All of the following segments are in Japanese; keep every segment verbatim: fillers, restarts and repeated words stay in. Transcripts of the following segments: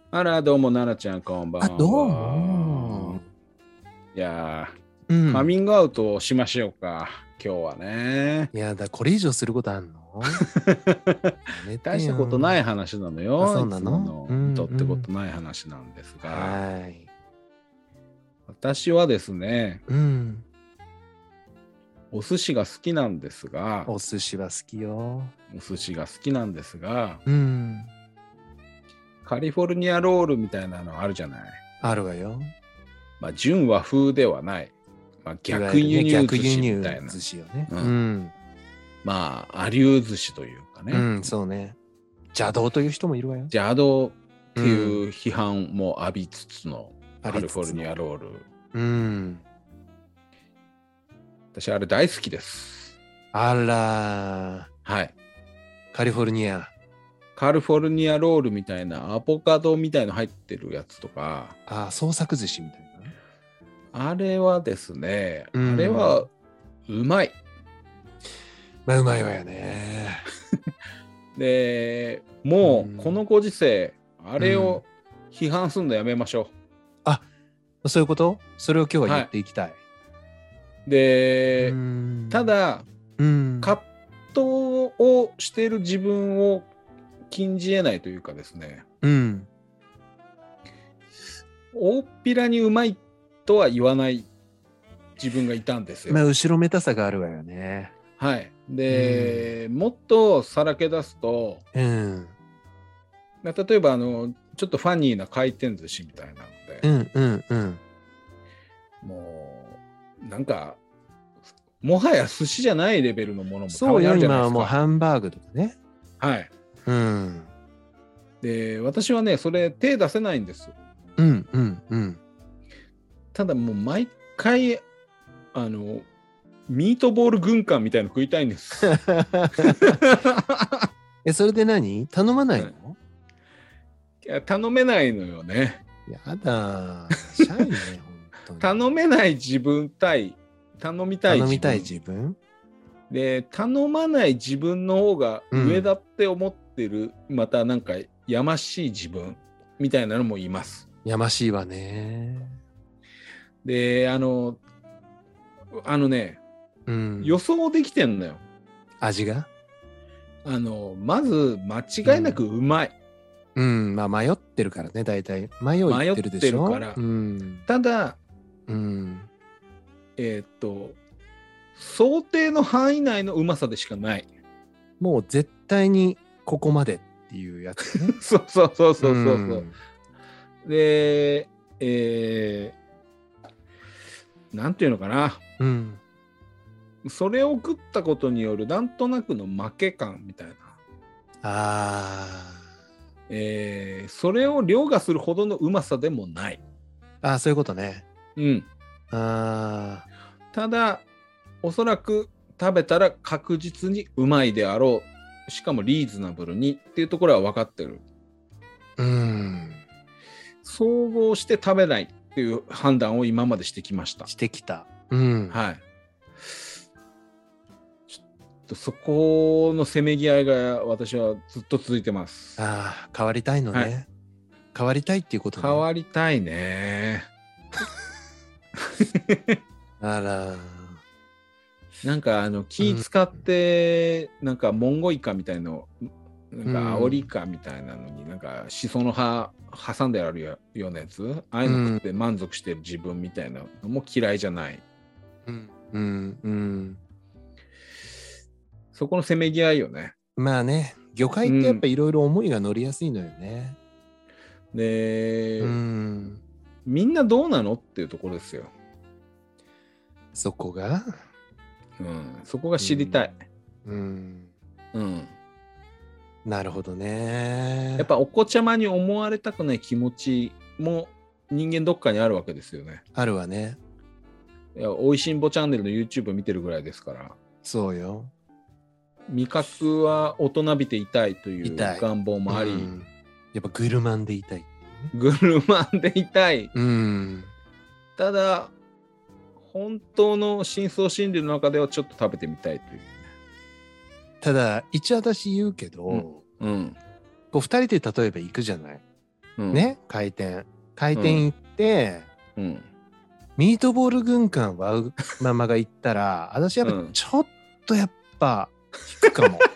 あら、どうも、奈々ちゃん、こんばんは。 あ、どうも。 いやうー、カん。 ミングアウトをしましょうか、今日はね。 いやだ、これ以上することあんの？やめてよ。 大したことない話なのあ、 よ。いつもそうなの？うの、 んとってこうん。 とない話なんですが、 はい。 私はですね、 うん。 お寿司が好きなんですが、 お寿司は好きよ。 お寿司が好きなんですが、 うん。 カリフォルニアロールみたいなのあるじゃない。 あるわよ。 まあ、純和風ではない。まあ、 いわゆるね、 逆輸入逆寿司み輸入たいな。 寿司よね。 うんうん。 まあ、アリュー寿司というかね。 うん、そうね。邪道という人もいるわよ。 邪道ってうん。 いう批判も浴びつつのあカリフォルりつつの。 ニアロール。 うん。 私あれ大好きです。 あら、 はい。 カリフォルニア。 カリフォルニアロールみたいなアボカドみたいの入ってるやつとか、 あ、創作寿司みたいな。 あれはですね、 うんあれはうまい。 まあ、うまいわよね。 で、もうこのご時世、あれを批判するのやめましょう。 あ、そういうこと？それを今日は言はいっていきたい。 で、ただ、 うん、 葛藤をしている自分を禁じ得ないというかですね、 うん、 大っぴらにうまいとは言わない自分がいたんですよ。 まあ後ろめたさがあるわよね。 はい。で、うん、もっとさらけ出すと、 うん、 例えばあのちょっとファニーな回転寿司みたいなので、 うんうんうん、 もうなんかもはや寿司じゃないレベルのものもたそうよ、 まにあるじゃない今はですか。 もうハンバーグとかね。 はい。 うん、 で、私はねそれ手出せないんです。 うんうんうん。 ただもう毎回あのミートボール軍艦みたいの食いたいんです。 え、それで何？頼まないの？ いや頼めないのよね。 やだ、シャイね、本当に。 頼めない自分対頼みたい自分。 頼みたい自分で、頼まない自分の方が上だって思ってる、うん、またなんかやましい自分みたいなのもいます。 やましいわね。 で、あの、あのね、うん、予想できてんのよ。 味があの、まず間違いなくうまい。 うん、うん、まあ迷ってるからね、大体。迷いってるでしょ。 迷ってるから。 うん、 ただ、 うん、 えー、っと、想定の範囲内のうまさでしかない。 もう絶対にここまでっていうやつね。 そうそうそうそうそう。うん、で、えー、なんていうのかな。うん。それを食ったことによるなんとなくの負け感みたいな。 ああ。 えー、それを凌駕するほどのうまさでもない。 ああ、そういうことね。 うん。 ああ。 ただ、おそらく食べたら確実にうまいであろう。しかもリーズナブルにっていうところは分かってる。 うん。 総合して食べないっていう判断を今までしてきました。 してきた。うん。 はい。ちょっとそこのせめぎ合いが私はずっと続いてます。 ああ、変わりたいのね。はい、変わりたいっていうことね。 変わりたいね。 あら。 なんかあの気使って、うん、なんかモンゴイカみたいのなんかアオリイカみたいなのになんかシソの葉挟んであるようなやつ、ああいうの食って満足してる自分みたいなのも嫌いじゃない。 うんうんうん。 そこのせめぎ合いよね。 まあね、魚介ってやっぱいろいろ思いが乗りやすいのよね。 うん、で、 うん、 みんなどうなのっていうところですよ。 そこが、 うん、そこが知りたい。 うん、 うん。 なるほどね。 やっぱお子ちゃまに思われたくない気持ちも人間どっかにあるわけですよね。 あるわね。 いや、おいしんぼチャンネルの YouTube 見てるぐらいですから。 そうよ。 味覚は大人びていたいという願望もあり、うん、 やっぱグルマンでいたい。 グルマンでいたい。 うん、 ただ本当の深層心理の中ではちょっと食べてみたいという。 ただ一応私言うけど、 うんうん、 こうふたりで例えば行くじゃない。 うん、 ね、開店開店行って、 うん、 ミートボール軍艦ワウママが行ったら私やっぱちょっとやっぱ引くかも、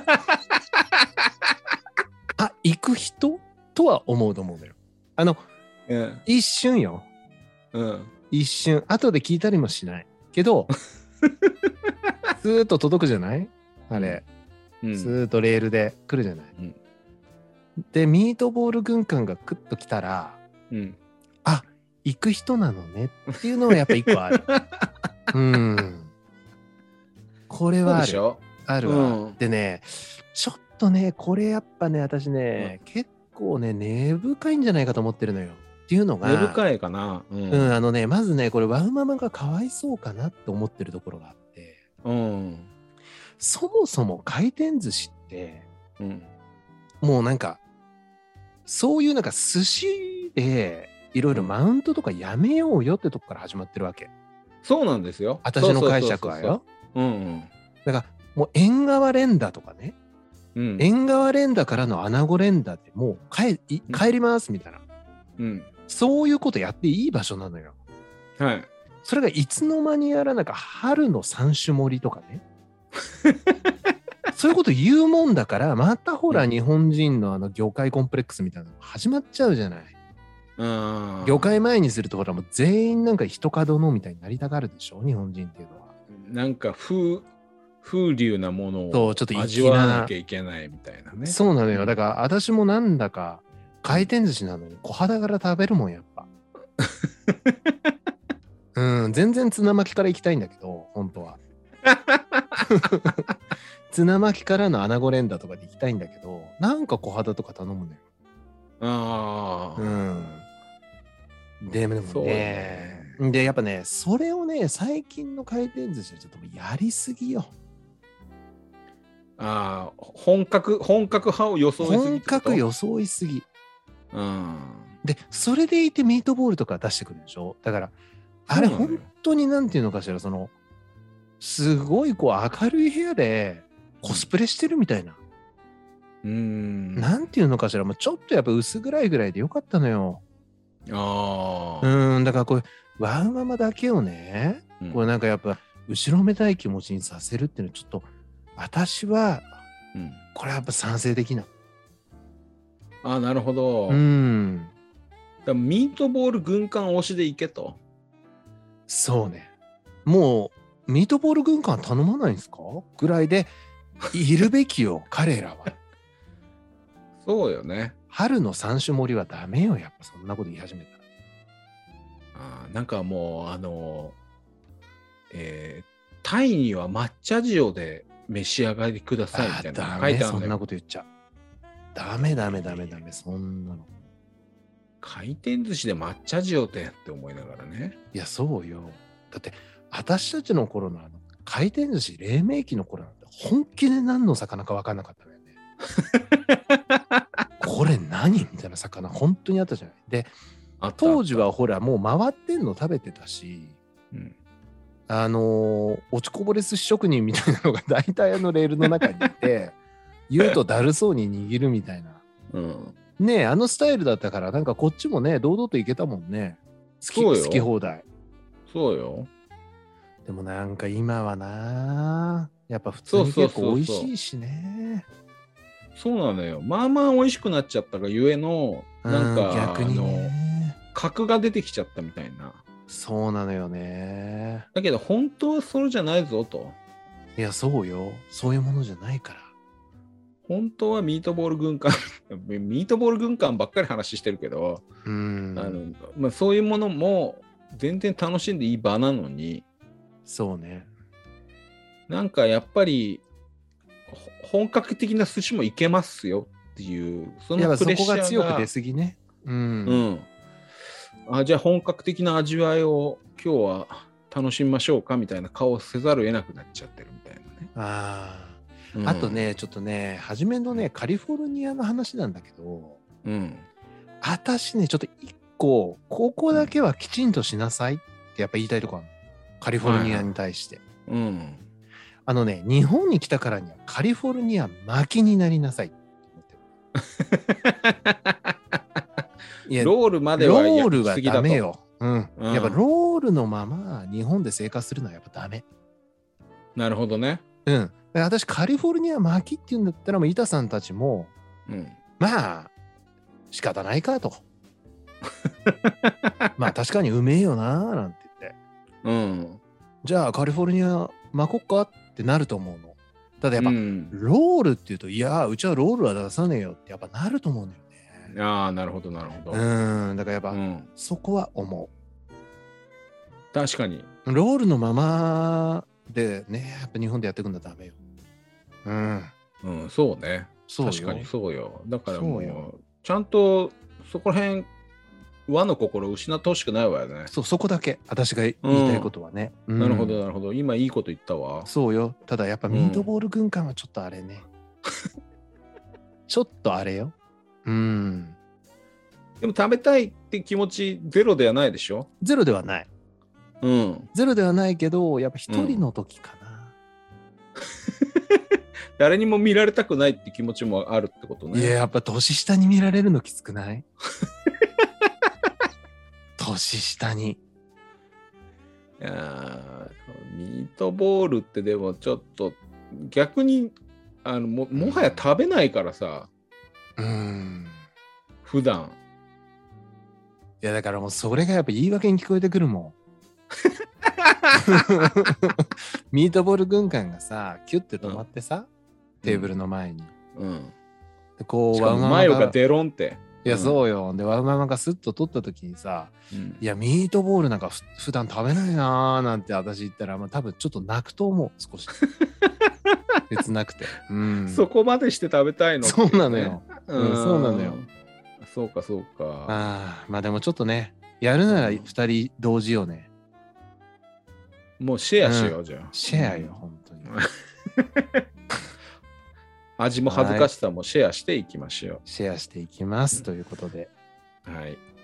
あ、行く人とは思うと思うのよ。あの、 うん、 一瞬よ、 うん、 一瞬後で聞いたりもしないけどスーッと届くじゃないあれ、 うん、 スーッとレールで来るじゃない、 うん、 でミートボール軍艦がクッと来たら、 うん、 あ、行く人なのねっていうのはやっぱ一個あるうん、これはあるあるわ、うん、でね、ちょっとねこれやっぱね私ね、うん、結構ね根深いんじゃないかと思ってるのよ。っていうのが根深いかな、 うん、うん、あのねまずねこれワウママがかわいそうかなって思ってるところがあって、 うん、 そもそも回転寿司って、 うん、 もうなんかそういうなんか寿司でいろいろマウントとかやめようよってとこから始まってるわけ。 そうなんですよ。 私の解釈はよ。 うんうん。 だからもう縁側連打とかね、 うん、 縁側連打からの穴子連打ってもう帰帰りますみたいな、うん、そういうことやっていい場所なのよ。 はい。 それがいつの間にやらなんか春の三種盛りとかねそういうこと言うもんだからまたほら日本人のあの魚介コンプレックスみたいなの始まっちゃうじゃない。魚介前にするとほらもう全員なんか一角のみたいになりたがるでしょ日本人っていうのは。 なんか風風流なものを味わわなきゃいけないみたいなね。 そうなのよ。だから私もなんだか回転寿司なのに小肌から食べるもんやっぱうん、全然ツナ巻きから行きたいんだけど本当はツナ巻きからの穴子連打とかで行きたいんだけどなんか小肌とか頼むのよ。 ああ、 うん、でもね、ねでやっぱねそれをね最近の回転寿司はちょっとやりすぎよ。 ああ、本格本格派を装いすぎ。 本格装いすぎ。 うん。 でそれでいてミートボールとか出してくるでしょ。だからあれ本当になんていうのかしら、そのすごいこう明るい部屋でコスプレしてるみたいな。 うーん。 なんていうのかしら、もうちょっとやっぱ薄暗いぐらいでよかったのよ。 ああ。 うん、だからこれワウママだけをね、うん、これなんかやっぱ後ろめたい気持ちにさせるっていうのはちょっと私は、うん、これはやっぱ賛成できない。 ああ、なるほど。 うん。 だミートボール軍艦推しでいけと。 そうね。もうミートボール軍艦頼まないんですかぐらいでいるべきよ彼らは。 そうよね。 春の三種盛りはダメよやっぱそんなこと言い始めたら。 あなんかもうあの、えー、タイには抹茶塩で召し上がりくださいみたいな書いてあるんだよ。 そんなこと言っちゃダメダメダメダメそんなの。 回転寿司で抹茶塩ってって思いながらね。 いやそうよ。だって私たちの頃のあの回転寿司黎明期の頃なんて本気で何の魚か分かんなかったのよね。これ何みたいな魚本当にあったじゃない。で当時はほらもう回ってんの食べてたし、うん、あのー、落ちこぼれ寿司職人みたいなのが大体あのレールの中にいて言うとだるそうに握るみたいな、うん、ねえあのスタイルだったからなんかこっちもね堂々といけたもんね。好き好き放題。 そうよ。 でもなんか今はなやっぱ普通に結構美味しいしね。 そうなのよ。まあまあ美味しくなっちゃったがゆえのなんか逆にね格が出てきちゃったみたいな。 そうなのよね。 だけど本当はそれじゃないぞと。 いやそうよ。そういうものじゃないから。 本当はミートボール軍艦ミートボール軍艦ばっかり話してるけど、うんあのまあ、そういうものも全然楽しんでいい場なのに。 そうね。 なんかやっぱり本格的な寿司もいけますよっていうそのプレッシャーが、 そこが強く出すぎね。うん。うん、 あじゃあ本格的な味わいを今日は楽しみましょうかみたいな顔をせざるを得なくなっちゃってるみたいなね。 ああ、うん、あとねちょっとね初めのねカリフォルニアの話なんだけど、うん、私ねちょっと一個ここだけはきちんとしなさいってやっぱ言いたいとこあるの。カリフォルニアに対して。はいはい、うん。あのね、日本に来たからにはカリフォルニア巻きになりなさいって思ってる。 ロールまではロールは焼きすぎだと。 ダメよ。うん。 うんやっぱロールのまま日本で生活するのはやっぱダメ。 なるほどね。 うん。で私カリフォルニア巻きっていうんだったらもう板さんたちも、 うん、 まあ仕方ないかと。まあ確かにうめえよなーなんて言って。 うん。 じゃあカリフォルニア巻こっかってなると思うの。ただやっぱ、うん、ロールっていうといやうちはロールは出さねえよってやっぱなると思うんだよね。 ああなるほどなるほど。 うんだからやっぱ、 うん、 そこは思う。 確かに。 ロールのままでねやっぱ日本でやっていくんだダメよ。うん。 うん、そうね。 そう確かにそうよ。だからもうちゃんとそこら辺和の心を失ってほしくないわよね。 そうそこだけ私が言いたいことはね。 うんうん、なるほどなるほど。今いいこと言ったわ。 そうよ。ただやっぱミートボール軍艦はちょっとあれね。うん、ちょっとあれよ。うん。 でも食べたいって気持ちゼロではないでしょ？ ゼロではない。 うん。 ゼロではないけどやっぱ一人の時かな。うん誰にも見られたくないって気持ちもあるってことね。 いややっぱ年下に見られるのきつくない？年下に。いやミートボールってでもちょっと逆にあの も, もはや食べないからさ。 うん。 普段。 いやだからもうそれがやっぱ言い訳に聞こえてくるもん。ミートボール軍艦がさキュッて止まってさ、うん、テーブルの前に、うん、でこうしかもマヨがデロンっていやそうよ、うん、でワンママがスッと取った時にさ、うん、いやミートボールなんかふ普段食べないなーなんて私言ったら、まあ、多分ちょっと泣くと思う少し切なくて、うん、 そこまでして食べたいの、 ね、そうなのよ、うん、そうなのよ。 そうかそうか。 あまあでもちょっとねやるならふたり同時よね。 もうシェアしよう、うん、じゃあシェアよ、うん、本当に味も恥ずかしさもシェアしていきましょう。 シェアしていきます、うん、ということではい